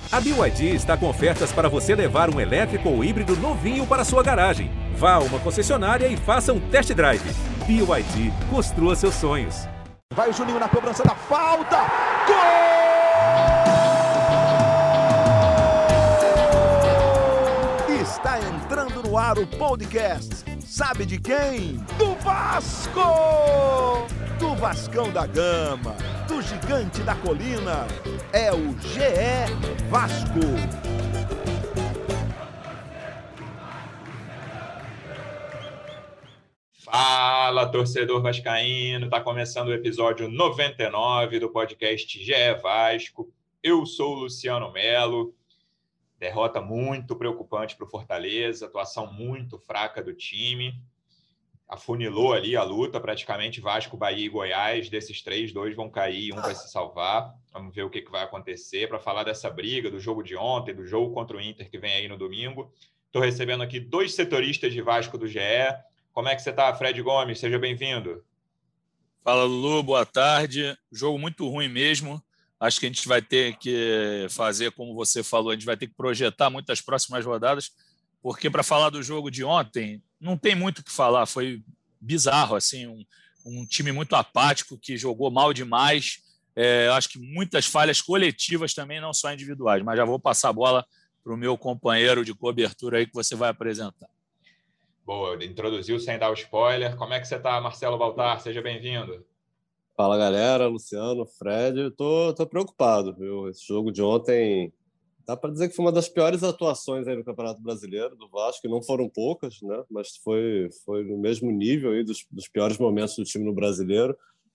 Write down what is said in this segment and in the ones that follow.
A BYD está com ofertas para você levar um elétrico ou híbrido novinho para sua garagem. Vá a uma concessionária e faça um test drive. BYD, construa seus sonhos. Vai o Juninho na cobrança da falta. Gol! Está entrando no ar o podcast. Sabe de quem? Do Vasco! Do Vascão da Gama, do Gigante da Colina. É o GE Vasco. Fala, torcedor vascaíno, tá começando o episódio 99 do podcast GE Vasco. Eu sou o Luciano Melo. Derrota muito preocupante para o Fortaleza, atuação muito fraca do time. Afunilou ali a luta, praticamente Vasco, Bahia e Goiás. Desses três, dois vão cair, um vai se salvar. Vamos ver o que vai acontecer. Para falar dessa briga, do jogo de ontem, do jogo contra o Inter que vem aí no domingo. Estou recebendo aqui dois setoristas de Vasco do GE. Como é que você está, Fred Gomes? Seja bem-vindo. Fala, Lulu. Boa tarde. Jogo muito ruim mesmo. Acho que a gente vai ter que fazer, como você falou, a gente vai ter que projetar muito as próximas rodadas, porque para falar do jogo de ontem, não tem muito o que falar. Foi bizarro, assim, um time muito apático que jogou mal demais. Acho que muitas falhas coletivas também, não só individuais, mas já vou passar a bola para o meu companheiro de cobertura aí que você vai apresentar. Boa, introduziu sem dar o spoiler. Como é que você está, Marcelo Baltar? Seja bem-vindo. Fala, galera. Luciano, Fred. Tô preocupado, viu? Esse jogo de ontem, dá para dizer que foi uma das piores atuações aí no Campeonato Brasileiro do Vasco, que não foram poucas, né? Mas foi no mesmo nível aí dos piores momentos do time no Brasileiro.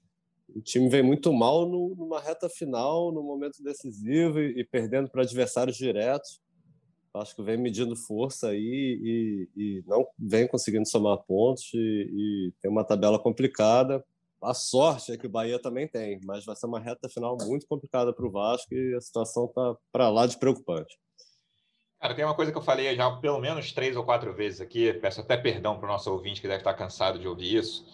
O time vem muito mal numa reta final, no momento decisivo e perdendo para adversários diretos. Acho que vem medindo força aí e não vem conseguindo somar pontos e tem uma tabela complicada. A sorte é que o Bahia também tem, mas vai ser uma reta final muito complicada para o Vasco e a situação está para lá de preocupante. Cara, tem uma coisa que eu falei já pelo menos 3 ou 4 vezes aqui, peço até perdão para o nosso ouvinte que deve estar cansado de ouvir isso,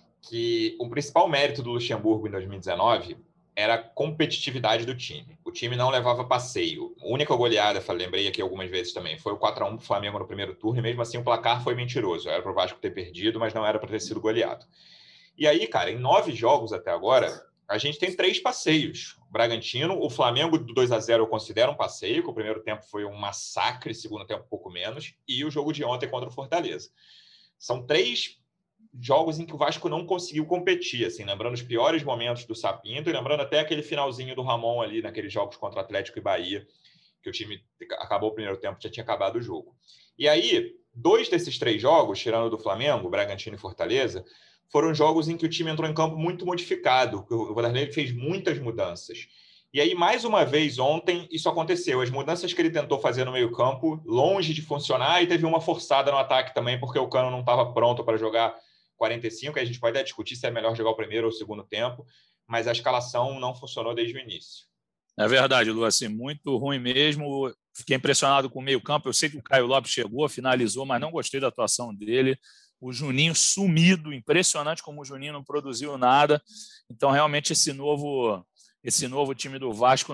que o principal mérito do Luxemburgo em 2019 era a competitividade do time. O time não levava passeio. A única goleada, lembrei aqui algumas vezes também, foi o 4-1 do Flamengo no primeiro turno, e mesmo assim o placar foi mentiroso. Era para o Vasco ter perdido, mas não era para ter sido goleado. E aí, cara, em 9 jogos até agora, a gente tem 3 passeios. O Bragantino, o Flamengo do 2-0 eu considero um passeio, que o primeiro tempo foi um massacre, segundo tempo um pouco menos, e o jogo de ontem contra o Fortaleza. São 3 jogos em que o Vasco não conseguiu competir, assim, lembrando os piores momentos do Sapinto e lembrando até aquele finalzinho do Ramon ali, naqueles jogos contra Atlético e Bahia, que o time acabou o primeiro tempo, já tinha acabado o jogo. E aí, 2 desses 3 jogos, tirando do Flamengo, Bragantino e Fortaleza, foram jogos em que o time entrou em campo muito modificado. O Vanderlei fez muitas mudanças. E aí, mais uma vez, ontem, isso aconteceu. As mudanças que ele tentou fazer no meio-campo, longe de funcionar, e teve uma forçada no ataque também, porque o Cano não estava pronto para jogar 45. Aí a gente pode até discutir se é melhor jogar o primeiro ou o segundo tempo, mas a escalação não funcionou desde o início. É verdade, Lu, assim, muito ruim mesmo. Fiquei impressionado com o meio-campo. Eu sei que o Caio Lopes chegou, finalizou, mas não gostei da atuação dele. O Juninho sumido, impressionante como o Juninho não produziu nada. Então, realmente, esse novo time do Vasco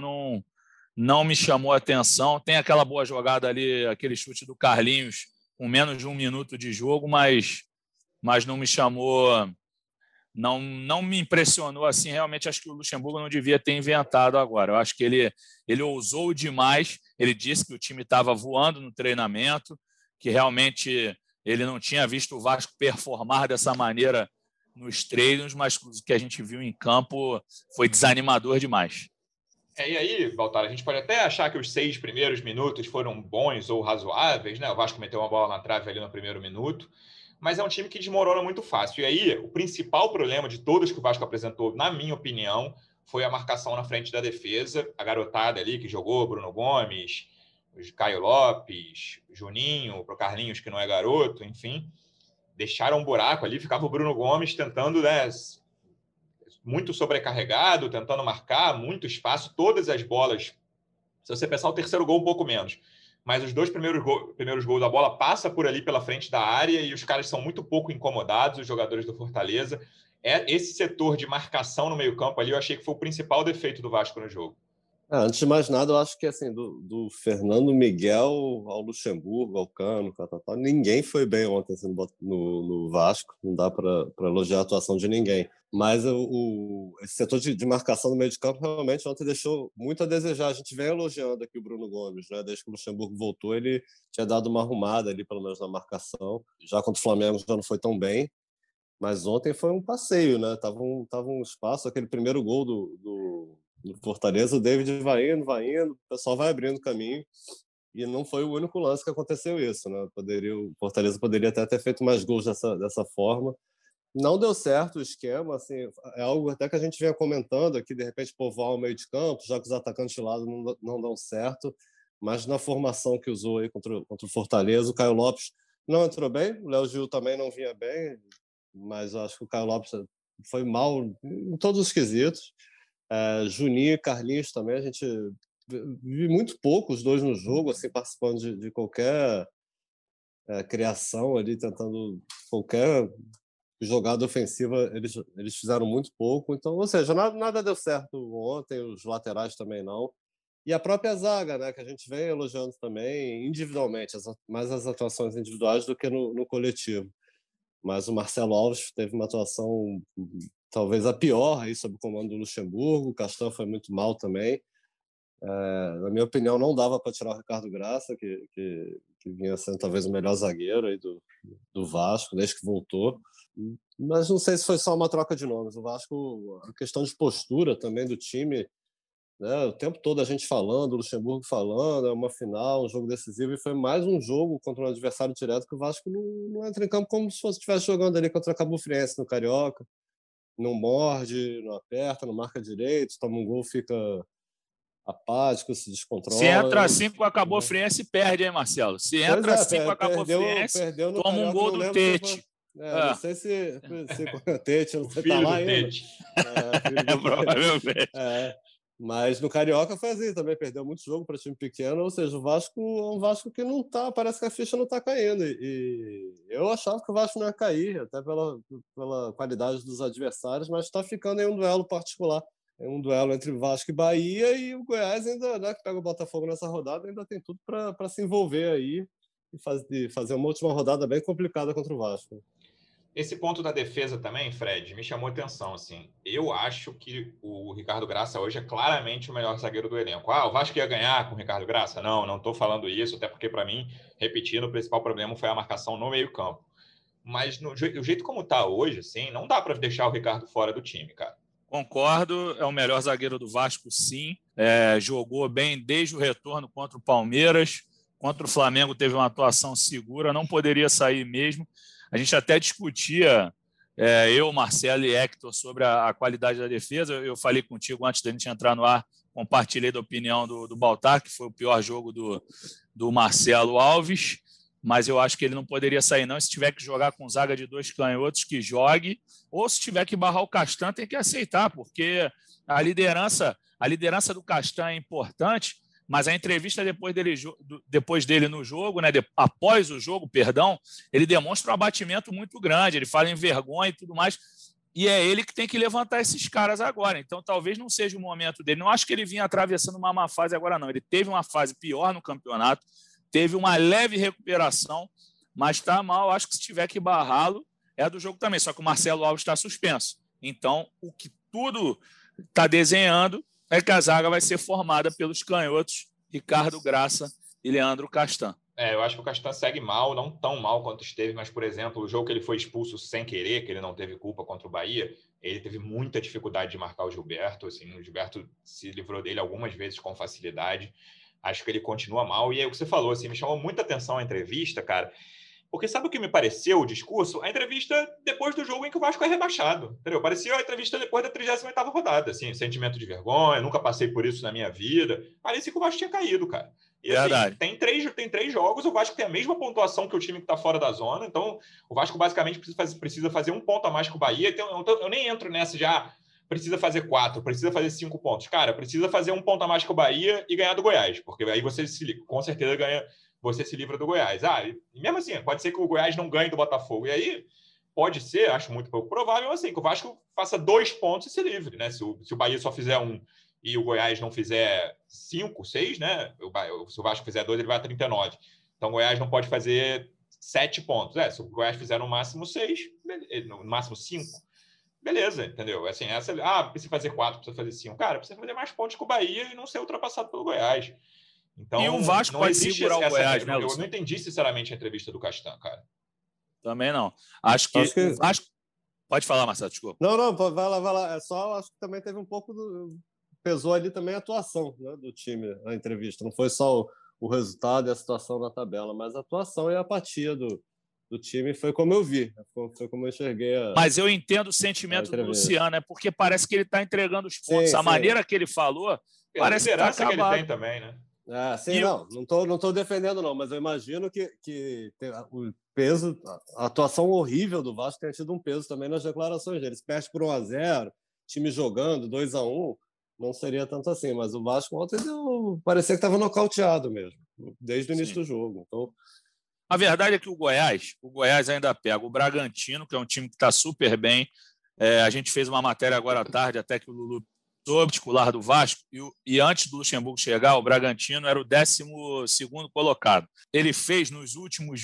não me chamou a atenção. Tem aquela boa jogada ali, aquele chute do Carlinhos, com menos de 1 minuto de jogo, mas não me chamou, não me impressionou assim. Realmente, acho que o Luxemburgo não devia ter inventado agora. Eu acho que ele ousou demais. Ele disse que o time estava voando no treinamento, que realmente ele não tinha visto o Vasco performar dessa maneira nos treinos, mas o que a gente viu em campo foi desanimador demais. E aí, Baltar, a gente pode até achar que os 6 primeiros minutos foram bons ou razoáveis, né? O Vasco meteu uma bola na trave ali no primeiro minuto, mas é um time que desmorona muito fácil. E aí, o principal problema de todos que o Vasco apresentou, na minha opinião, foi a marcação na frente da defesa, a garotada ali que jogou, Bruno Gomes, Caio Lopes, Juninho, pro Carlinhos, que não é garoto, enfim, deixaram um buraco ali, ficava o Bruno Gomes tentando, né, muito sobrecarregado, tentando marcar, muito espaço, todas as bolas. Se você pensar o terceiro gol, um pouco menos. Mas os 2 primeiros gols da bola passa por ali pela frente da área e os caras são muito pouco incomodados, os jogadores do Fortaleza. Esse setor de marcação no meio-campo ali, eu achei que foi o principal defeito do Vasco no jogo. Antes de mais nada, eu acho que assim, do Fernando Miguel ao Luxemburgo, ao Cano, ninguém foi bem ontem assim, no Vasco, não dá para elogiar a atuação de ninguém. Mas esse setor de marcação no meio de campo realmente ontem deixou muito a desejar. A gente vem elogiando aqui o Bruno Gomes, né? Desde que o Luxemburgo voltou, ele tinha dado uma arrumada ali, pelo menos na marcação. Já contra o Flamengo já não foi tão bem. Mas ontem foi um passeio, né? Tava um espaço, aquele primeiro gol do Fortaleza, o David vai indo, o pessoal vai abrindo caminho, e não foi o único lance que aconteceu isso, né? O Fortaleza poderia até ter feito mais gols dessa forma. Não deu certo o esquema, assim, é algo até que a gente vinha comentando aqui, de repente povoar o meio de campo, já que os atacantes de lado não dão certo, mas na formação que usou aí contra o Fortaleza, o Caio Lopes não entrou bem, o Léo Gil também não vinha bem, mas eu acho que o Caio Lopes foi mal em todos os quesitos. Juninho e Carlinhos também, a gente viu muito pouco os dois no jogo, assim, participando de qualquer criação ali, tentando qualquer jogada ofensiva, eles fizeram muito pouco. Então, ou seja, nada deu certo ontem, os laterais também não. E a própria zaga, né, que a gente vem elogiando também individualmente, mais as atuações individuais do que no coletivo. Mas o Marcelo Alves teve uma atuação talvez a pior aí sob o comando do Luxemburgo. O Castan foi muito mal também. Na minha opinião, não dava para tirar o Ricardo Graça, que vinha sendo talvez o melhor zagueiro aí do Vasco, desde que voltou. Mas não sei se foi só uma troca de nomes. O Vasco, a questão de postura também do time, né, o tempo todo a gente falando, o Luxemburgo falando, é uma final, um jogo decisivo, e foi mais um jogo contra um adversário direto que o Vasco não entra em campo como se estivesse jogando ali contra a Cabo Friense no Carioca. Não morde, não aperta, não marca direito, toma um gol, fica apático, se descontrola. Se entra assim com a Cabo Friense, perde, hein, Marcelo? Se entra assim com a Cabo Friense, toma um gol do Tete. Não sei se com o Tete, não sei se tá lá ainda. Provavelmente. Mas no Carioca foi assim, também perdeu muito jogo para time pequeno, ou seja, o Vasco é um Vasco que não tá, parece que a ficha não está caindo, e eu achava que o Vasco não ia cair, até pela qualidade dos adversários, mas está ficando em um duelo particular, em um duelo entre Vasco e Bahia, e o Goiás ainda, né, que pega o Botafogo nessa rodada, ainda tem tudo para se envolver aí e fazer uma última rodada bem complicada contra o Vasco. Esse ponto da defesa também, Fred, me chamou atenção, assim. Eu acho que o Ricardo Graça hoje é claramente o melhor zagueiro do elenco. O Vasco ia ganhar com o Ricardo Graça? Não estou falando isso, até porque, para mim, repetindo, o principal problema foi a marcação no meio-campo. Mas o jeito como está hoje, assim, não dá para deixar o Ricardo fora do time, cara. Concordo, é o melhor zagueiro do Vasco, sim. Jogou bem desde o retorno contra o Palmeiras. Contra o Flamengo teve uma atuação segura, não poderia sair mesmo. A gente até discutia, eu, Marcelo e Hector, sobre a qualidade da defesa. Eu falei contigo antes da gente entrar no ar, compartilhei da opinião do Baltar, que foi o pior jogo do Marcelo Alves, mas eu acho que ele não poderia sair não. Se tiver que jogar com zaga de 2 canhotos, que jogue, ou se tiver que barrar o Castan, tem que aceitar, porque a liderança do Castan é importante. Mas a entrevista depois dele no jogo, né, após o jogo, perdão, ele demonstra um abatimento muito grande, ele fala em vergonha e tudo mais, e é ele que tem que levantar esses caras agora. Então, talvez não seja o momento dele. Não acho que ele vinha atravessando uma má fase agora, não. Ele teve uma fase pior no campeonato, teve uma leve recuperação, mas está mal. Acho que se tiver que barrá-lo, é do jogo também. Só que o Marcelo Alves está suspenso. Então, o que tudo está desenhando é que a zaga vai ser formada pelos canhotos Ricardo Graça e Leandro Castan. Eu acho que o Castan segue mal, não tão mal quanto esteve, mas, por exemplo, o jogo que ele foi expulso sem querer, que ele não teve culpa contra o Bahia, ele teve muita dificuldade de marcar o Gilberto. Assim, o Gilberto se livrou dele algumas vezes com facilidade. Acho que ele continua mal. E aí o que você falou, assim, me chamou muita atenção a entrevista, cara. Porque sabe o que me pareceu o discurso? A entrevista depois do jogo em que o Vasco é rebaixado. Entendeu? Parecia a entrevista depois da 38ª rodada. Assim, sentimento de vergonha, nunca passei por isso na minha vida. Parecia que o Vasco tinha caído, cara. E assim, tem três jogos, o Vasco tem a mesma pontuação que o time que está fora da zona. Então, o Vasco basicamente precisa fazer um ponto a mais que o Bahia. Então, eu nem entro nessa já. Precisa fazer 4, precisa fazer 5 pontos. Cara, precisa fazer um ponto a mais que o Bahia e ganhar do Goiás. Porque aí você com certeza ganha... Você se livra do Goiás. E mesmo assim, pode ser que o Goiás não ganhe do Botafogo. E aí, pode ser, acho muito pouco provável, assim, que o Vasco faça 2 pontos e se livre, né? Se o Bahia só fizer 1 e o Goiás não fizer 5, 6, né? Se o Vasco fizer 2, ele vai a 39. Então o Goiás não pode fazer 7 pontos. Se o Goiás fizer no máximo 6, no máximo 5, beleza, entendeu? Assim, precisa fazer 4, precisa fazer 5. Cara, precisa fazer mais pontos que o Bahia e não ser ultrapassado pelo Goiás. Então, e o Vasco não pode existe segurar o Goiás, né, eu não entendi sinceramente a entrevista do Castan, cara. Também não. Acho que o Vasco... Pode falar, Marcelo, desculpa. Não, vai lá. Acho que também teve um pouco pesou ali também a atuação, né, do time na entrevista. Não foi só o resultado e a situação na tabela, mas a atuação e a apatia do time foi como eu vi, foi como eu enxerguei. Mas eu entendo o sentimento do Luciano, porque parece que ele está entregando os pontos. Sim. Maneira que ele falou, parece que está acabado. Que ele tem também, né? Sim, não tô defendendo não, mas eu imagino que o peso, a atuação horrível do Vasco tenha tido um peso também nas declarações deles. Perde por 1-0, time jogando 2-1, não seria tanto assim, mas o Vasco ontem parecia que estava nocauteado mesmo, desde o início do jogo. Então, a verdade é que o Goiás ainda pega o Bragantino, que é um time que está super bem. A gente fez uma matéria agora à tarde, até que o Lulu sobre o titular do Vasco, e antes do Luxemburgo chegar, o Bragantino era o 12º colocado. Ele fez, nos últimos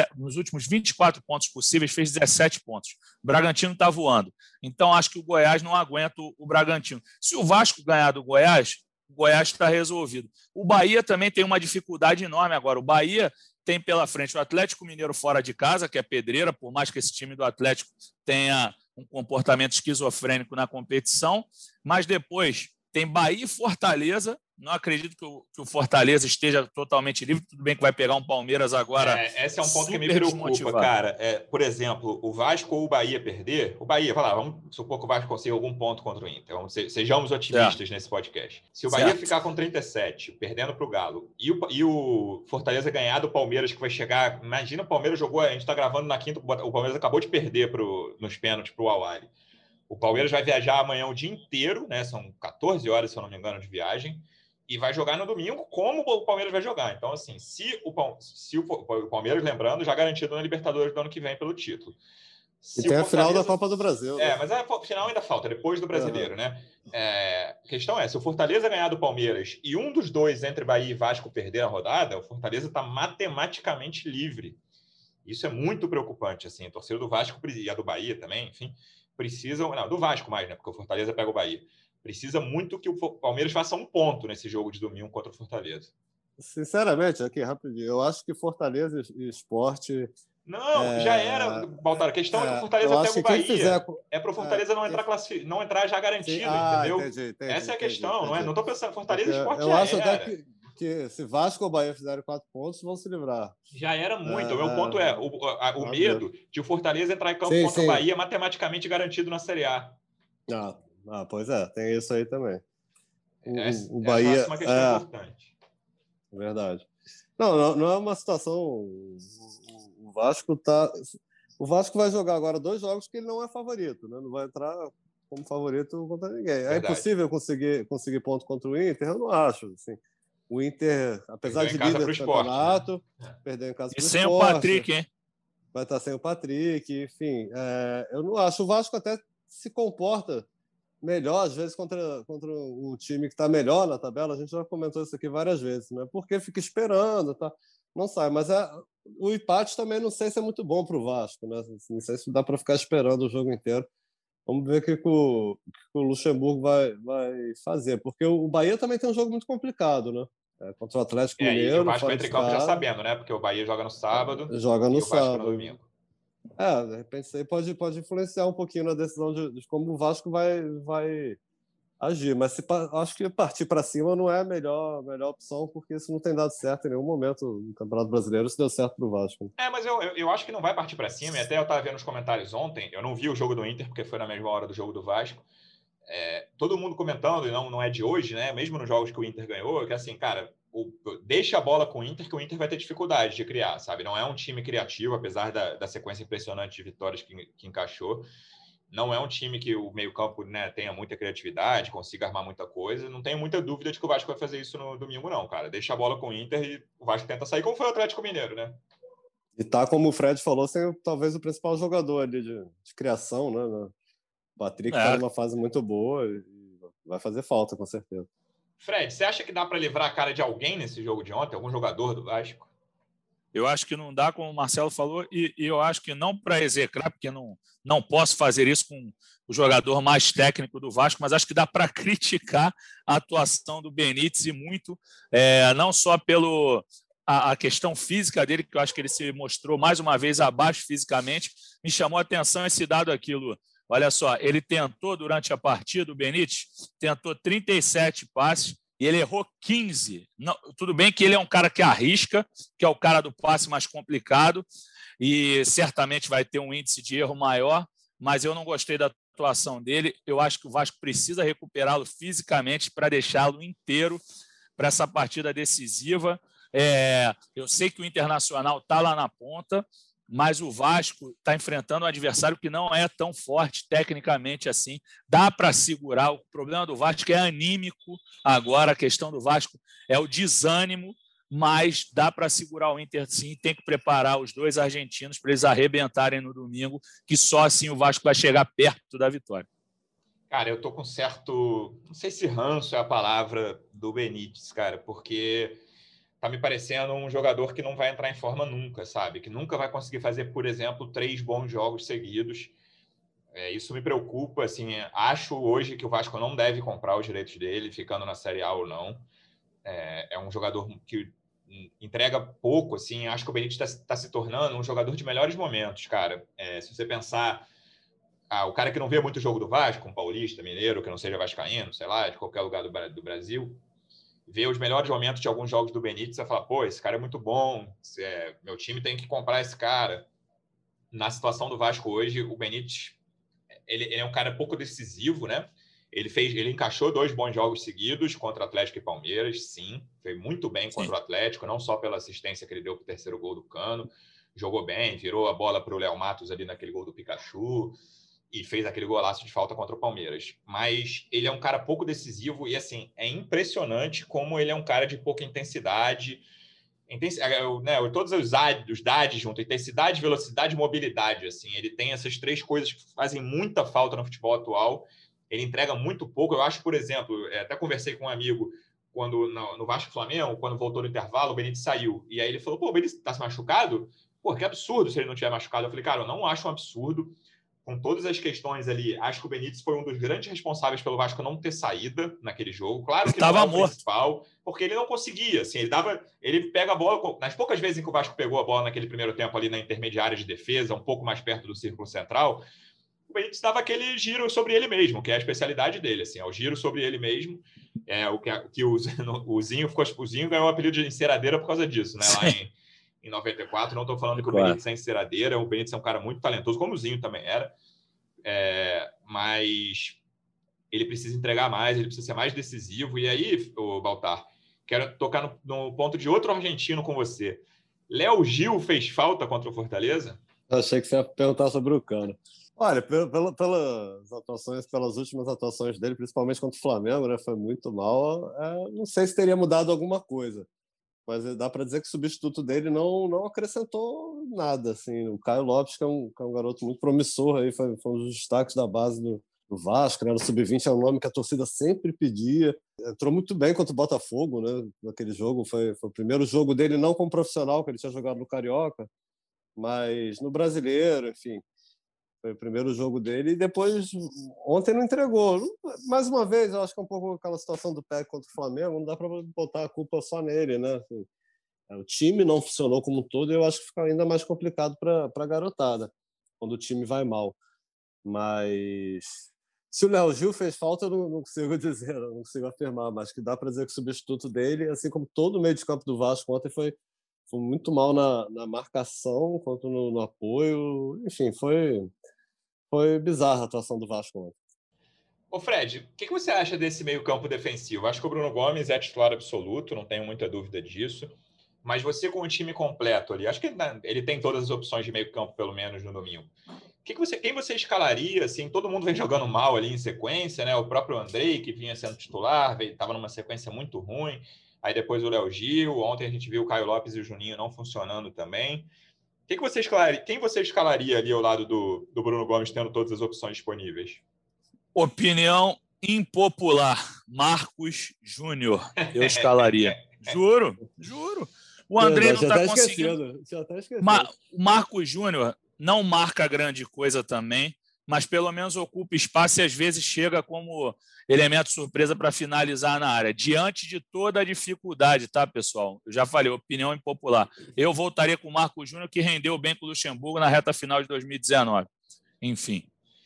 24 pontos possíveis, fez 17 pontos. O Bragantino está voando. Então, acho que o Goiás não aguenta o Bragantino. Se o Vasco ganhar do Goiás, o Goiás está resolvido. O Bahia também tem uma dificuldade enorme agora. O Bahia tem pela frente o Atlético Mineiro fora de casa, que é pedreira, por mais que esse time do Atlético tenha um comportamento esquizofrênico na competição, mas depois tem Bahia e Fortaleza. Não acredito que o Fortaleza esteja totalmente livre. Tudo bem que vai pegar um Palmeiras agora. Esse é um ponto que me preocupa, cara. Por exemplo, o Vasco ou o Bahia perder, o Bahia, vamos supor que o Vasco consiga algum ponto contra o Inter. Sejamos otimistas nesse podcast. Se o Bahia ficar com 37, perdendo para o Galo, e o Fortaleza ganhar do Palmeiras, que vai chegar. Imagina, o Palmeiras jogou, a gente está gravando na quinta, o Palmeiras acabou de perder nos pênaltis para o Al-Ahly. O Palmeiras vai viajar amanhã o dia inteiro, né? São 14 horas, se eu não me engano, de viagem. E vai jogar no domingo como o Palmeiras vai jogar. Então, assim, se o Palmeiras, lembrando, já garantido na Libertadores do ano que vem pelo título. E tem a final da Copa do Brasil. Né? Mas a final ainda falta, depois do Brasileiro, né? A questão é, se o Fortaleza ganhar do Palmeiras e um dos dois, entre Bahia e Vasco, perder a rodada, o Fortaleza está matematicamente livre. Isso é muito preocupante, assim. A torcida do Vasco e a do Bahia também, enfim, precisam... Não, do Vasco mais, né? Porque o Fortaleza pega o Bahia. Precisa muito que o Palmeiras faça um ponto nesse jogo de domingo contra o Fortaleza. Sinceramente, aqui, rapidinho, eu acho que Fortaleza e Sport... Não, já era, Baltar. A questão é que o Fortaleza pega o Bahia. É para o Fortaleza não entrar já garantido, entendeu? Entendi, essa é a questão, não é? Não estou pensando, Fortaleza e Sport eu acho até que se Vasco ou Bahia fizerem 4 pontos, vão se livrar. Já era muito. O meu ponto é o medo de o Fortaleza entrar em campo contra o Bahia matematicamente garantido na Série A. Pois é, tem isso aí também. O Bahia é uma questão importante. Verdade. Não é uma situação... O Vasco vai jogar agora 2 jogos que ele não é favorito, né? Não vai entrar como favorito contra ninguém. Verdade. É impossível conseguir ponto contra o Inter? Eu não acho. Assim. O Inter, apesar de líder do campeonato, perdeu em casa para o Sport. E sem o Patrick, hein? Vai estar sem o Patrick, enfim. Eu não acho. O Vasco até se comporta melhor, às vezes, contra um time que está melhor na tabela. A gente já comentou isso aqui várias vezes, né? Porque fica esperando, tá? Não sai, mas o empate também não sei se é muito bom para o Vasco, né? Não sei se dá para ficar esperando o jogo inteiro. Vamos ver o que o Luxemburgo vai fazer, porque o Bahia também tem um jogo muito complicado, né? Contra o Atlético Mineiro. E o Vasco entra em campo já sabendo, né? Porque o Bahia joga no sábado. Joga no sábado. No domingo. De repente isso aí pode influenciar um pouquinho na decisão de como o Vasco vai agir, mas acho que partir para cima não é a melhor opção, porque isso não tem dado certo em nenhum momento no Campeonato Brasileiro, isso deu certo para o Vasco. Mas eu acho que não vai partir para cima, e até eu estava vendo os comentários ontem, eu não vi o jogo do Inter, porque foi na mesma hora do jogo do Vasco, todo mundo comentando, e não é de hoje, né? Mesmo nos jogos que o Inter ganhou, que assim, cara, deixa a bola com o Inter, que o Inter vai ter dificuldade de criar, sabe? Não é um time criativo, apesar da sequência impressionante de vitórias que encaixou. Não é um time que o meio-campo, né, tenha muita criatividade, consiga armar muita coisa. Não tenho muita dúvida de que o Vasco vai fazer isso no domingo, não, cara. Deixa a bola com o Inter e o Vasco tenta sair, como foi o Atlético Mineiro, né? E tá, como o Fred falou, sem talvez o principal jogador ali de criação, né? O Patrick tá numa fase muito boa. vai fazer falta, com certeza. Fred, você acha que dá para livrar a cara de alguém nesse jogo de ontem? Algum jogador do Vasco? Eu acho que não dá, como o Marcelo falou, e eu acho que não para execrar, porque não posso fazer isso com o jogador mais técnico do Vasco, mas acho que dá para criticar a atuação do Benítez e muito, não só pelo a questão física dele, que eu acho que ele se mostrou mais uma vez abaixo fisicamente. Me chamou a atenção esse dado aqui, Lu. Olha só, ele tentou durante a partida, o Benítez tentou 37 passes, e ele errou 15. Não, tudo bem que ele é um cara que arrisca, que é o cara do passe mais complicado, e certamente vai ter um índice de erro maior, mas eu não gostei da atuação dele. Eu acho que o Vasco precisa recuperá-lo fisicamente para deixá-lo inteiro para essa partida decisiva. Eu sei que o Internacional está lá na ponta, mas o Vasco está enfrentando um adversário que não é tão forte tecnicamente assim. Dá para segurar. O problema do Vasco é anímico. Agora, a questão do Vasco é o desânimo, mas dá para segurar o Inter sim. Tem que preparar os dois argentinos para eles arrebentarem no domingo, que só assim o Vasco vai chegar perto da vitória. Cara, eu tô com certo... Não sei se ranço é a palavra do Benítez, cara, porque... tá me parecendo um jogador que não vai entrar em forma nunca, sabe? Que nunca vai conseguir fazer, por exemplo, 3 bons jogos seguidos. Isso me preocupa, assim. Acho hoje que o Vasco não deve comprar os direitos dele, ficando na Série A ou não. É um jogador que entrega pouco, assim. Acho que o Benítez está se tornando um jogador de melhores momentos, cara. Se você pensar... o cara que não vê muito jogo do Vasco, um paulista, mineiro, que não seja vascaíno, sei lá, de qualquer lugar do Brasil... ver os melhores momentos de alguns jogos do Benítez e falar, pô, esse cara é muito bom, meu time tem que comprar esse cara. Na situação do Vasco hoje, o Benítez, ele é um cara pouco decisivo, né? Ele encaixou 2 bons jogos seguidos contra Atlético e Palmeiras, sim. Foi muito bem contra o Atlético, não só pela assistência que ele deu para o terceiro gol do Cano. Jogou bem, virou a bola para o Léo Matos ali naquele gol do Pikachu e fez aquele golaço de falta contra o Palmeiras. Mas ele é um cara pouco decisivo e, assim, é impressionante como ele é um cara de pouca intensidade. Todos os dados junto, intensidade, velocidade e mobilidade. Assim, ele tem essas 3 coisas que fazem muita falta no futebol atual. Ele entrega muito pouco. Eu acho, por exemplo, até conversei com um amigo quando no Vasco e Flamengo, quando voltou no intervalo, o Benítez saiu. E aí ele falou, pô, o Benítez tá se machucado? Pô, que absurdo se ele não tiver machucado. Eu falei, cara, eu não acho um absurdo. Com todas as questões ali, acho que o Benítez foi um dos grandes responsáveis pelo Vasco não ter saída naquele jogo. Claro que não é o principal, porque ele não conseguia. Assim, ele pega a bola... Nas poucas vezes em que o Vasco pegou a bola naquele primeiro tempo ali na intermediária de defesa, um pouco mais perto do círculo central, o Benítez dava aquele giro sobre ele mesmo, que é a especialidade dele. Assim, é o giro sobre ele mesmo. O Zinho ganhou o apelido de enceradeira por causa disso, né? Lá em 94, não estou falando que o Benítez é enceradeira, o Benítez é um cara muito talentoso, como o Zinho também era, mas ele precisa entregar mais, ele precisa ser mais decisivo. E aí, Baltar, quero tocar no ponto de outro argentino com você. Léo Gil fez falta contra o Fortaleza? Eu achei que você ia perguntar sobre o Cano. Olha, pelas últimas atuações dele, principalmente contra o Flamengo, né, foi muito mal. Não sei se teria mudado alguma coisa. Mas dá para dizer que o substituto dele não acrescentou nada. Assim. O Caio Lopes, que é um garoto muito promissor, aí, foi um dos destaques da base do Vasco, né? No Sub-20 é um nome que a torcida sempre pedia. Entrou muito bem contra o Botafogo, né? Naquele jogo. Foi o primeiro jogo dele não como profissional, que ele tinha jogado no Carioca, mas no Brasileiro, enfim. Foi o primeiro jogo dele e depois, ontem não entregou. Mais uma vez, eu acho que é um pouco aquela situação do PEC contra o Flamengo, não dá para botar a culpa só nele, né? Assim, o time não funcionou como um todo e eu acho que fica ainda mais complicado para a garotada, quando o time vai mal. Mas se o Léo Gil fez falta, eu não consigo dizer, não consigo afirmar, mas que dá para dizer que o substituto dele, assim como todo o meio de campo do Vasco ontem, foi muito mal na marcação, quanto no apoio. Enfim, foi bizarra a atuação do Vasco ontem. Ô Fred, o que você acha desse meio-campo defensivo? Acho que o Bruno Gomes é titular absoluto, não tenho muita dúvida disso. Mas você com o time completo ali, acho que ele tem todas as opções de meio-campo, pelo menos no domingo. Quem você escalaria? Assim, todo mundo vem jogando mal ali em sequência, né? O próprio Andrei, que vinha sendo titular, estava numa sequência muito ruim. Aí depois o Léo Gil. Ontem a gente viu o Caio Lopes e o Juninho não funcionando também. Quem você escalaria ali ao lado do Bruno Gomes, tendo todas as opções disponíveis? Opinião Impopular, Marcos Júnior, eu escalaria. Juro. O Andrei não está conseguindo. Tinha até esquecido. O Marcos Júnior não marca grande coisa também, mas pelo menos ocupa espaço e às vezes chega como elemento surpresa para finalizar na área. Diante de toda a dificuldade, tá, pessoal? Eu já falei, opinião impopular. Eu voltaria com o Marcos Júnior, que rendeu bem com o Luxemburgo na reta final de 2019. Enfim.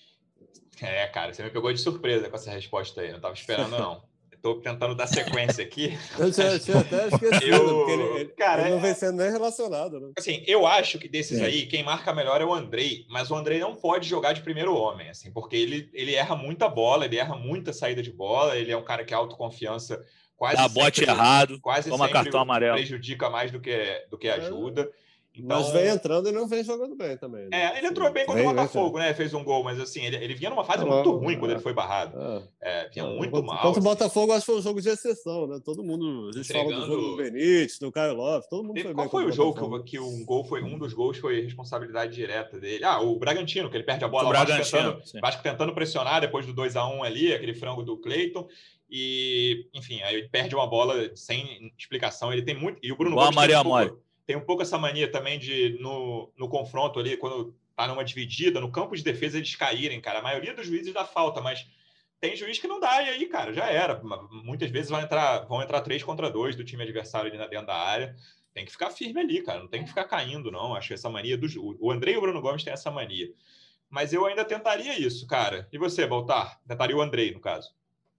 Cara, você me pegou de surpresa com essa resposta aí. Não estava esperando, não. Estou tentando dar sequência aqui. Eu tinha até esquecido, porque ele não vem sendo nem relacionado. Né? Assim, eu acho que desses aí, quem marca melhor é o Andrei, mas o Andrei não pode jogar de primeiro homem, assim, porque ele erra muita bola, ele erra muita saída de bola, ele é um cara que a autoconfiança quase dá bote errado, quase toma cartão amarelo, prejudica mais do que ajuda. Então, mas vem entrando e não vem jogando bem também. Né? Ele entrou bem contra o Botafogo, né? Fez um gol, mas assim, ele vinha numa fase muito ruim quando ele foi barrado. Vinha muito mal. Contra o Botafogo, acho que foi um jogo de exceção, né? Todo mundo, a gente fala do jogo do Benítez, do Caio Lopes, todo mundo foi bem. Qual foi o jogo que um dos gols foi responsabilidade direta dele? O Bragantino, que ele perde a bola, o Vasco tentando pressionar depois do 2-1 ali, aquele frango do Cleiton. E, enfim, aí ele perde uma bola sem explicação. Ele tem muito. E o Bruno Gomes tem um pouco essa mania também de, no confronto ali, quando tá numa dividida, no campo de defesa, eles caírem, cara. A maioria dos juízes dá falta, mas tem juiz que não dá, e aí, cara, já era. Muitas vezes vão entrar 3 contra 2 do time adversário ali dentro da área. Tem que ficar firme ali, cara. Não tem que ficar caindo, não. Acho que essa mania o Andrei e o Bruno Gomes têm essa mania. Mas eu ainda tentaria isso, cara. E você, Baltar? Tentaria o Andrei, no caso?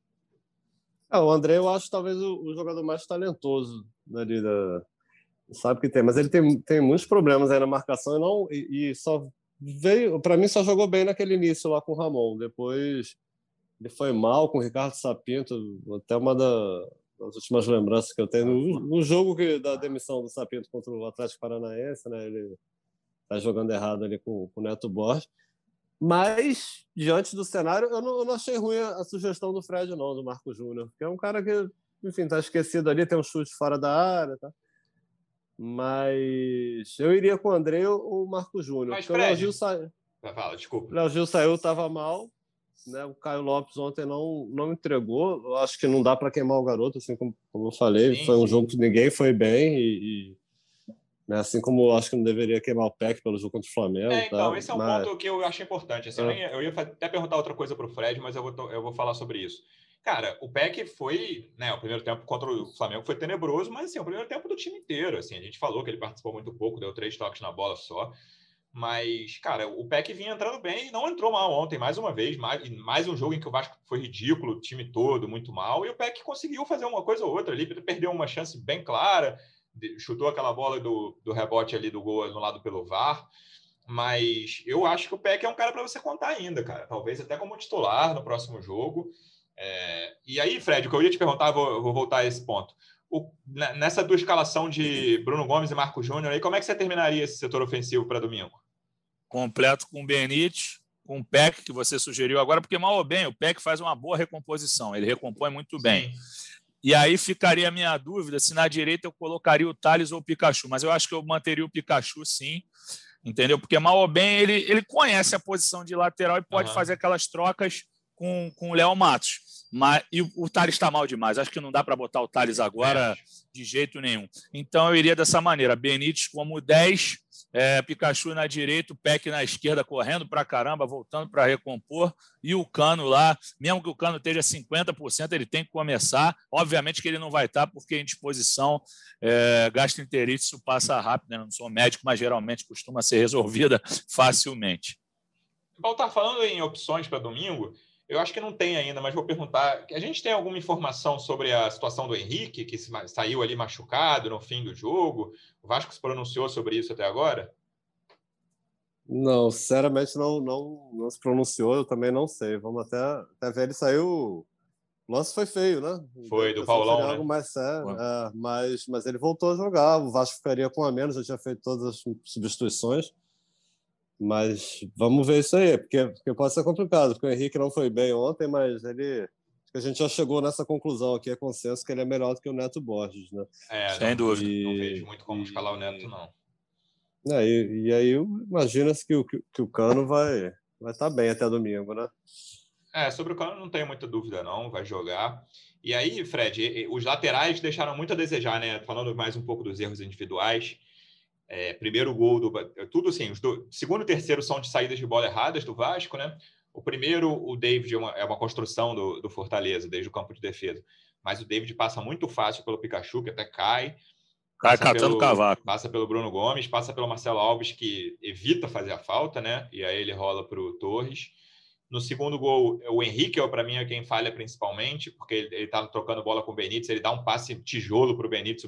O Andrei, eu acho talvez o jogador mais talentoso ali sabe que tem, mas ele tem muitos problemas aí na marcação e só veio, para mim só jogou bem naquele início lá com o Ramon. Depois ele foi mal com o Ricardo Sapinto, até uma das últimas lembranças que eu tenho no jogo da demissão do Sapinto contra o Atlético Paranaense, né? Ele tá jogando errado ali com o Neto Borges. Mas, diante do cenário, eu não achei ruim a sugestão do Fred, não, do Marco Júnior, que é um cara que, enfim, tá esquecido ali, tem um chute fora da área, tá? Mas eu iria com o André ou o Marco Júnior. Mas, Fred... O Léo Gil saiu. Desculpa. O Léo Gil saiu, estava mal. Né? O Caio Lopes ontem não entregou. Eu acho que não dá para queimar o garoto, assim como eu falei. Foi um jogo que ninguém foi bem né? Assim como eu acho que não deveria queimar o PEC pelo jogo contra o Flamengo. Então, esse é um ponto que eu acho importante. Assim, eu ia até perguntar outra coisa para o Fred, mas eu vou falar sobre isso. Cara, o PEC foi, né, o primeiro tempo contra o Flamengo foi tenebroso, mas assim, o primeiro tempo do time inteiro, assim, a gente falou que ele participou muito pouco, deu 3 toques na bola só, mas, cara, o PEC vinha entrando bem e não entrou mal ontem, mais uma vez, mais um jogo em que o Vasco foi ridículo, o time todo muito mal, e o PEC conseguiu fazer uma coisa ou outra ali, perdeu uma chance bem clara, chutou aquela bola do rebote ali do gol anulado pelo VAR, mas eu acho que o PEC é um cara para você contar ainda, cara, talvez até como titular no próximo jogo. E aí, Fred, o que eu ia te perguntar, vou voltar a esse ponto. Nessa tua escalação de Bruno Gomes e Marco Júnior, aí, como é que você terminaria esse setor ofensivo para domingo? Completo com o Benítez, com o Peck, que você sugeriu agora, porque mal ou bem, o Peck faz uma boa recomposição, ele recompõe muito bem. E aí ficaria a minha dúvida se na direita eu colocaria o Thales ou o Pikachu, mas eu acho que eu manteria o Pikachu, sim, entendeu? Porque mal ou bem ele conhece a posição de lateral e pode fazer aquelas trocas com o Léo Matos. E o Thales está mal demais. Acho que não dá para botar o Thales agora de jeito nenhum. Então eu iria dessa maneira. Benítez como 10, Pikachu na direita, o Peck na esquerda correndo para caramba, voltando para recompor, e o Cano lá, mesmo que o Cano esteja 50%, ele tem que começar. Obviamente que ele não vai estar, porque em disposição gastroenterite isso passa rápido, né? Não sou médico, mas geralmente costuma ser resolvida facilmente. Baltar, falando em opções para domingo, eu acho que não tem ainda, mas vou perguntar. A gente tem alguma informação sobre a situação do Henrique, que saiu ali machucado no fim do jogo? O Vasco se pronunciou sobre isso até agora? Não, sinceramente não se pronunciou, eu também não sei. Vamos até ver, ele saiu... O lance foi feio, né? Foi, do Paulão, né? Algo mais sério, mas ele voltou a jogar, o Vasco ficaria com a menos, já tinha feito todas as substituições. Mas vamos ver isso aí, porque pode ser complicado, porque o Henrique não foi bem ontem, mas acho que a gente já chegou nessa conclusão aqui, é consenso que ele é melhor do que o Neto Borges, né? Sem dúvida. Não vejo muito como escalar o Neto, não. E aí imagina-se que o Cano vai estar bem até domingo, né? Sobre o Cano não tenho muita dúvida, não. Vai jogar. E aí, Fred, os laterais deixaram muito a desejar, né? Falando mais um pouco dos erros individuais. Primeiro gol tudo assim, segundo e terceiro são de saídas de bola erradas do Vasco, né? O primeiro, o David é uma construção do Fortaleza, desde o campo de defesa. Mas o David passa muito fácil pelo Pikachu, que até cai. Cai catando o cavaco. Passa pelo Bruno Gomes, passa pelo Marcelo Alves, que evita fazer a falta, né? E aí ele rola para o Torres. No segundo gol, o Henrique, para mim, é quem falha principalmente, porque ele está trocando bola com o Benítez, ele dá um passe tijolo para o Benítez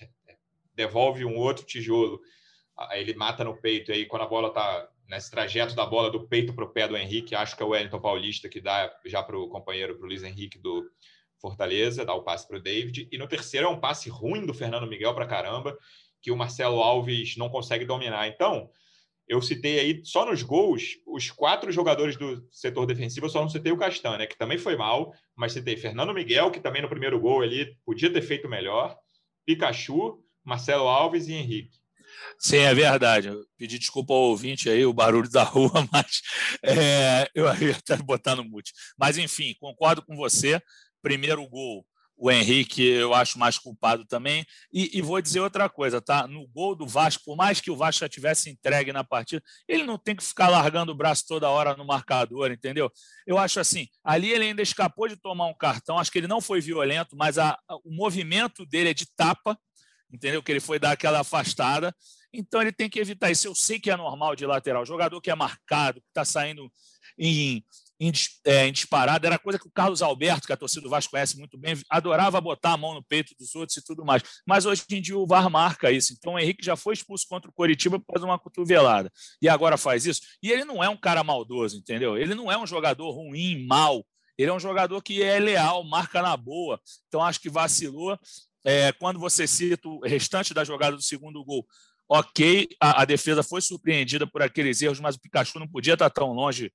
devolve um outro tijolo, aí ele mata no peito, e aí quando a bola está nesse trajeto da bola do peito para o pé do Henrique, acho que é o Wellington Paulista que dá já para o companheiro, para o Luiz Henrique do Fortaleza, dá o passe para o David, e no terceiro é um passe ruim do Fernando Miguel para caramba, que o Marcelo Alves não consegue dominar. Então, eu citei aí, só nos gols, os 4 jogadores do setor defensivo, eu só não citei o Castan, né, que também foi mal, mas citei Fernando Miguel, que também no primeiro gol ali podia ter feito melhor, Pikachu, Marcelo Alves e Henrique. Sim, é verdade. Eu pedi desculpa ao ouvinte aí, o barulho da rua, mas eu ia até botar no mute. Mas, enfim, concordo com você. Primeiro gol, o Henrique, eu acho mais culpado também. E vou dizer outra coisa, tá? No gol do Vasco, por mais que o Vasco já tivesse entregue na partida, ele não tem que ficar largando o braço toda hora no marcador, entendeu? Eu acho assim, ali ele ainda escapou de tomar um cartão, acho que ele não foi violento, mas o movimento dele é de tapa, entendeu? Que ele foi dar aquela afastada. Então ele tem que evitar isso. Eu sei que é normal de lateral. O jogador que é marcado, que está saindo em disparada, era coisa que o Carlos Alberto, que a torcida do Vasco conhece muito bem, adorava botar a mão no peito dos outros e tudo mais. Mas hoje em dia o VAR marca isso. Então o Henrique já foi expulso contra o Coritiba por causa de uma cotovelada. E agora faz isso. E ele não é um cara maldoso, entendeu? Ele não é um jogador ruim, mau. Ele é um jogador que é leal, marca na boa. Então acho que vacilou. Quando você cita o restante da jogada do segundo gol, ok, a defesa foi surpreendida por aqueles erros, mas o Pikachu não podia estar tão longe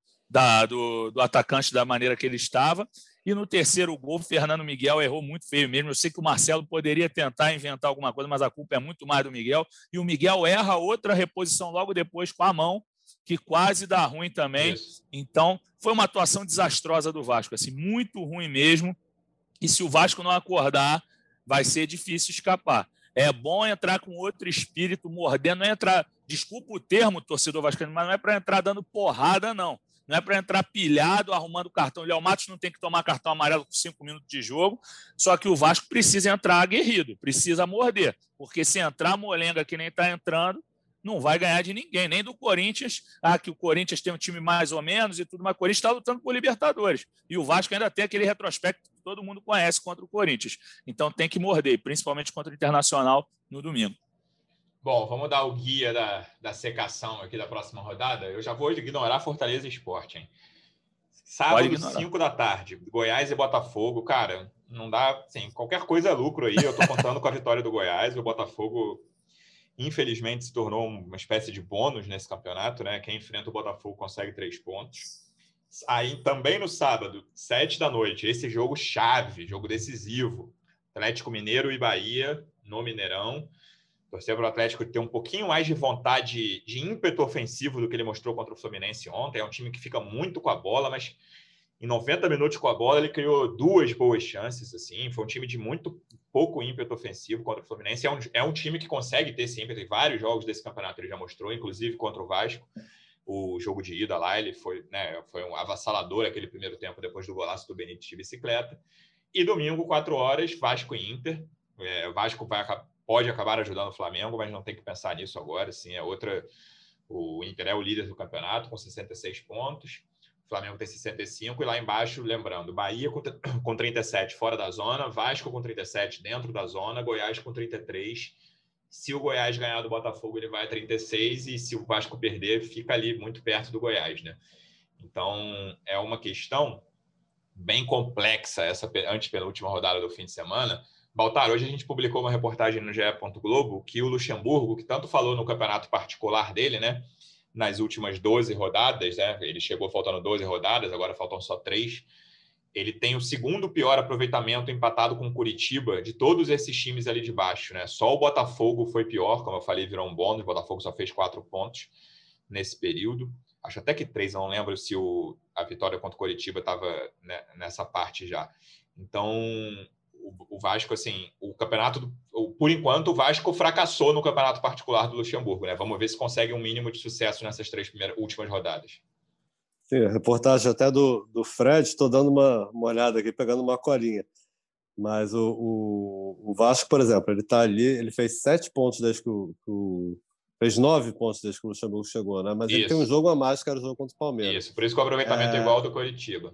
do atacante da maneira que ele estava. E no terceiro gol, o Fernando Miguel errou muito feio mesmo. Eu sei que o Marcelo poderia tentar inventar alguma coisa, mas a culpa é muito mais do Miguel. E o Miguel erra outra reposição logo depois com a mão, que quase dá ruim também. Isso. Então, foi uma atuação desastrosa do Vasco, assim, muito ruim mesmo. E se o Vasco não acordar, vai ser difícil escapar. É bom entrar com outro espírito, mordendo, não é entrar, desculpa o termo, torcedor vascaíno, mas não é para entrar dando porrada, não. Não é para entrar pilhado, arrumando cartão. O Léo Matos não tem que tomar cartão amarelo com 5 minutos de jogo, só que o Vasco precisa entrar aguerrido, precisa morder, porque se entrar molenga que nem está entrando, não vai ganhar de ninguém, nem do Corinthians, que o Corinthians tem um time mais ou menos e tudo, mas o Corinthians está lutando por Libertadores. E o Vasco ainda tem aquele retrospecto que todo mundo conhece contra o Corinthians. Então tem que morder, principalmente contra o Internacional no domingo. Bom, vamos dar o guia da secação aqui da próxima rodada. Eu já vou ignorar Fortaleza e Sport, hein? Sábado, 5 da tarde, Goiás e Botafogo. Cara, não dá... Assim, qualquer coisa é lucro aí. Eu tô contando com a vitória do Goiás. O Botafogo... infelizmente, se tornou uma espécie de bônus nesse campeonato, né? Quem enfrenta o Botafogo consegue 3 pontos. Aí, também no sábado, 7 da noite, esse jogo chave, jogo decisivo. Atlético Mineiro e Bahia, no Mineirão. Torcer para o Atlético ter um pouquinho mais de vontade, de ímpeto ofensivo do que ele mostrou contra o Fluminense ontem. É um time que fica muito com a bola, mas em 90 minutos com a bola ele criou 2 boas chances. Assim. Foi um time de muito pouco ímpeto ofensivo contra o Fluminense. É um time que consegue ter esse ímpeto em vários jogos desse campeonato, ele já mostrou, inclusive contra o Vasco. O jogo de ida lá, ele foi um avassalador aquele primeiro tempo depois do golaço do Benítez de bicicleta. E domingo, 4 horas, Vasco e Inter. O Vasco pode acabar ajudando o Flamengo, mas não tem que pensar nisso agora. Assim, o Inter é o líder do campeonato com 66 pontos. O Flamengo tem 65 e lá embaixo, lembrando, Bahia com 37 fora da zona, Vasco com 37 dentro da zona, Goiás com 33. Se o Goiás ganhar do Botafogo, ele vai a 36 e se o Vasco perder, fica ali muito perto do Goiás, né? Então, é uma questão bem complexa essa antepenúltima rodada do fim de semana. Baltar, hoje a gente publicou uma reportagem no GE. Globo que o Luxemburgo, que tanto falou no campeonato particular dele, né? Nas últimas 12 rodadas, né? Ele chegou faltando 12 rodadas, agora faltam só 3. Ele tem o segundo pior aproveitamento empatado com o Curitiba de todos esses times ali de baixo, né? Só o Botafogo foi pior, como eu falei, virou um bônus. O Botafogo só fez 4 pontos nesse período. Acho até que 3, não lembro se a vitória contra o Coritiba estava, né, nessa parte já. Então, o Vasco, assim, o campeonato, por enquanto, o Vasco fracassou no campeonato particular do Luxemburgo, né? Vamos ver se consegue um mínimo de sucesso nessas 3 últimas rodadas. Sim, a reportagem até do Fred, estou dando uma olhada aqui, pegando uma colinha. Mas o Vasco, por exemplo, ele está ali, ele fez 7 pontos desde que fez 9 pontos desde que o Luxemburgo chegou, né? Mas ele tem um jogo a mais, que era o jogo contra o Palmeiras. Isso, por isso que o aproveitamento é igual ao do Coritiba.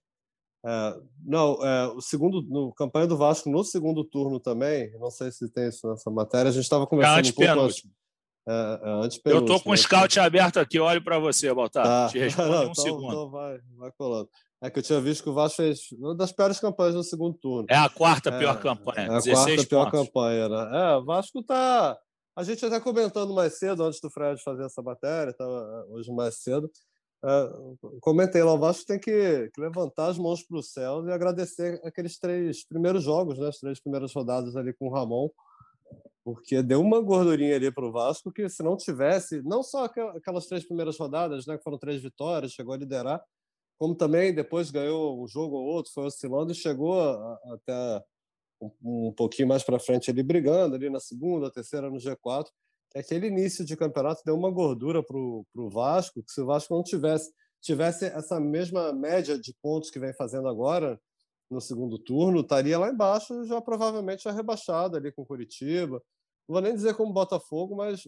O segundo, no campanha do Vasco no segundo turno também, não sei se tem isso nessa matéria, a gente estava conversando um pouco antes. Eu estou com o scout aberto aqui, olho para você, Baltar. Te respondo em um segundo. Então vai colando. É que eu tinha visto que o Vasco fez uma das piores campanhas no segundo turno. É a quarta pior campanha. É a 16 quarta pior pontos. campanha, né? O Vasco tá. A gente até comentando mais cedo, antes do Fred fazer essa matéria, estava hoje mais cedo. Comentei lá, o Vasco tem que levantar as mãos para o céu e agradecer aqueles 3 primeiros jogos, né? As 3 primeiras rodadas ali com o Ramon, porque deu uma gordurinha ali para o Vasco que, se não tivesse, não só aquelas 3 primeiras rodadas, né, que foram 3 vitórias, chegou a liderar, como também depois ganhou um jogo ou outro, foi oscilando e chegou até um pouquinho mais para frente ali, brigando ali na segunda, terceira, no G4. Aquele início de campeonato deu uma gordura para o Vasco, que se o Vasco não tivesse essa mesma média de pontos que vem fazendo agora no segundo turno, estaria lá embaixo, já provavelmente já rebaixado ali com o Coritiba. Não vou nem dizer como Botafogo, mas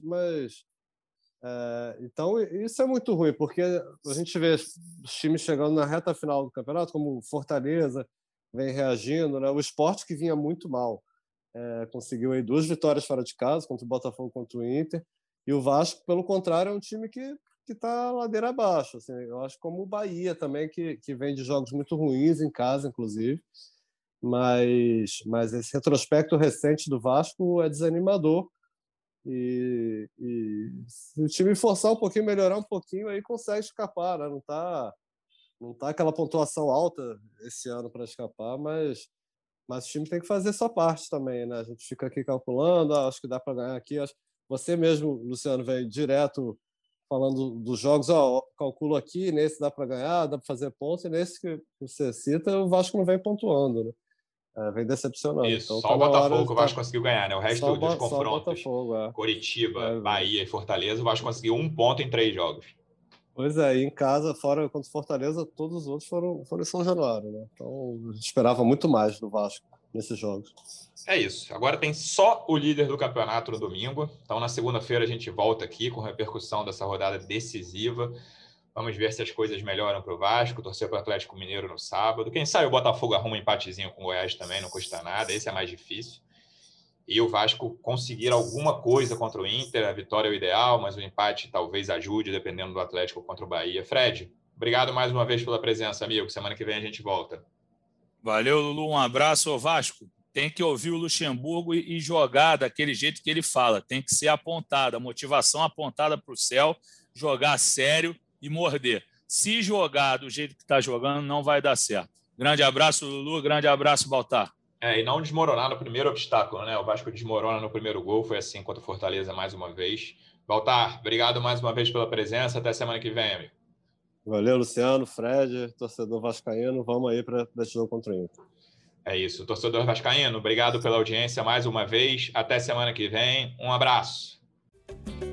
então isso é muito ruim, porque a gente vê os times chegando na reta final do campeonato, como o Fortaleza vem reagindo, né? O Sport, que vinha muito mal, conseguiu aí 2 vitórias fora de casa, contra o Botafogo e contra o Inter, e o Vasco, pelo contrário, é um time que está ladeira abaixo. Assim, eu acho, como o Bahia também, que vem de jogos muito ruins em casa, inclusive, mas esse retrospecto recente do Vasco é desanimador, e se o time forçar um pouquinho, melhorar um pouquinho, aí consegue escapar, né? Não tá aquela pontuação alta esse ano para escapar, mas o time tem que fazer sua parte também, né? A gente fica aqui calculando, acho que dá para ganhar aqui. Você mesmo, Luciano, veio direto falando dos jogos, calculo aqui, nesse dá para ganhar, dá para fazer pontos, e nesse que você cita, o Vasco não vem pontuando, né? Vem decepcionando. Isso, então, só o Botafogo que o Vasco conseguiu ganhar, né? O resto dos confrontos, Coritiba, Bahia e Fortaleza, o Vasco conseguiu 1 ponto em 3 jogos. Pois é, e em casa, fora contra o Fortaleza, todos os outros foram em São Januário, né? Então, a gente esperava muito mais do Vasco nesses jogos. É isso. Agora tem só o líder do campeonato no domingo. Então, na segunda-feira, a gente volta aqui com repercussão dessa rodada decisiva. Vamos ver se as coisas melhoram para o Vasco, torcer para o Atlético Mineiro no sábado. Quem sabe o Botafogo arruma um empatezinho com o Goiás também, não custa nada. Esse é mais difícil. E o Vasco conseguir alguma coisa contra o Inter, a vitória é o ideal, mas o empate talvez ajude, dependendo do Atlético contra o Bahia. Fred, obrigado mais uma vez pela presença, amigo. Semana que vem a gente volta. Valeu, Lulu. Um abraço ao Vasco. Tem que ouvir o Luxemburgo e jogar daquele jeito que ele fala. Tem que ser apontada, a motivação apontada para o céu, jogar sério e morder. Se jogar do jeito que está jogando, não vai dar certo. Grande abraço, Lulu. Grande abraço, Baltar. E não desmoronar no primeiro obstáculo, né? O Vasco desmorona no primeiro gol, foi assim contra o Fortaleza mais uma vez. Baltar, obrigado mais uma vez pela presença. Até semana que vem, amigo. Valeu, Luciano, Fred, torcedor vascaíno. Vamos aí para esse jogo contra o Inter. É isso. Torcedor vascaíno, obrigado pela audiência mais uma vez. Até semana que vem. Um abraço.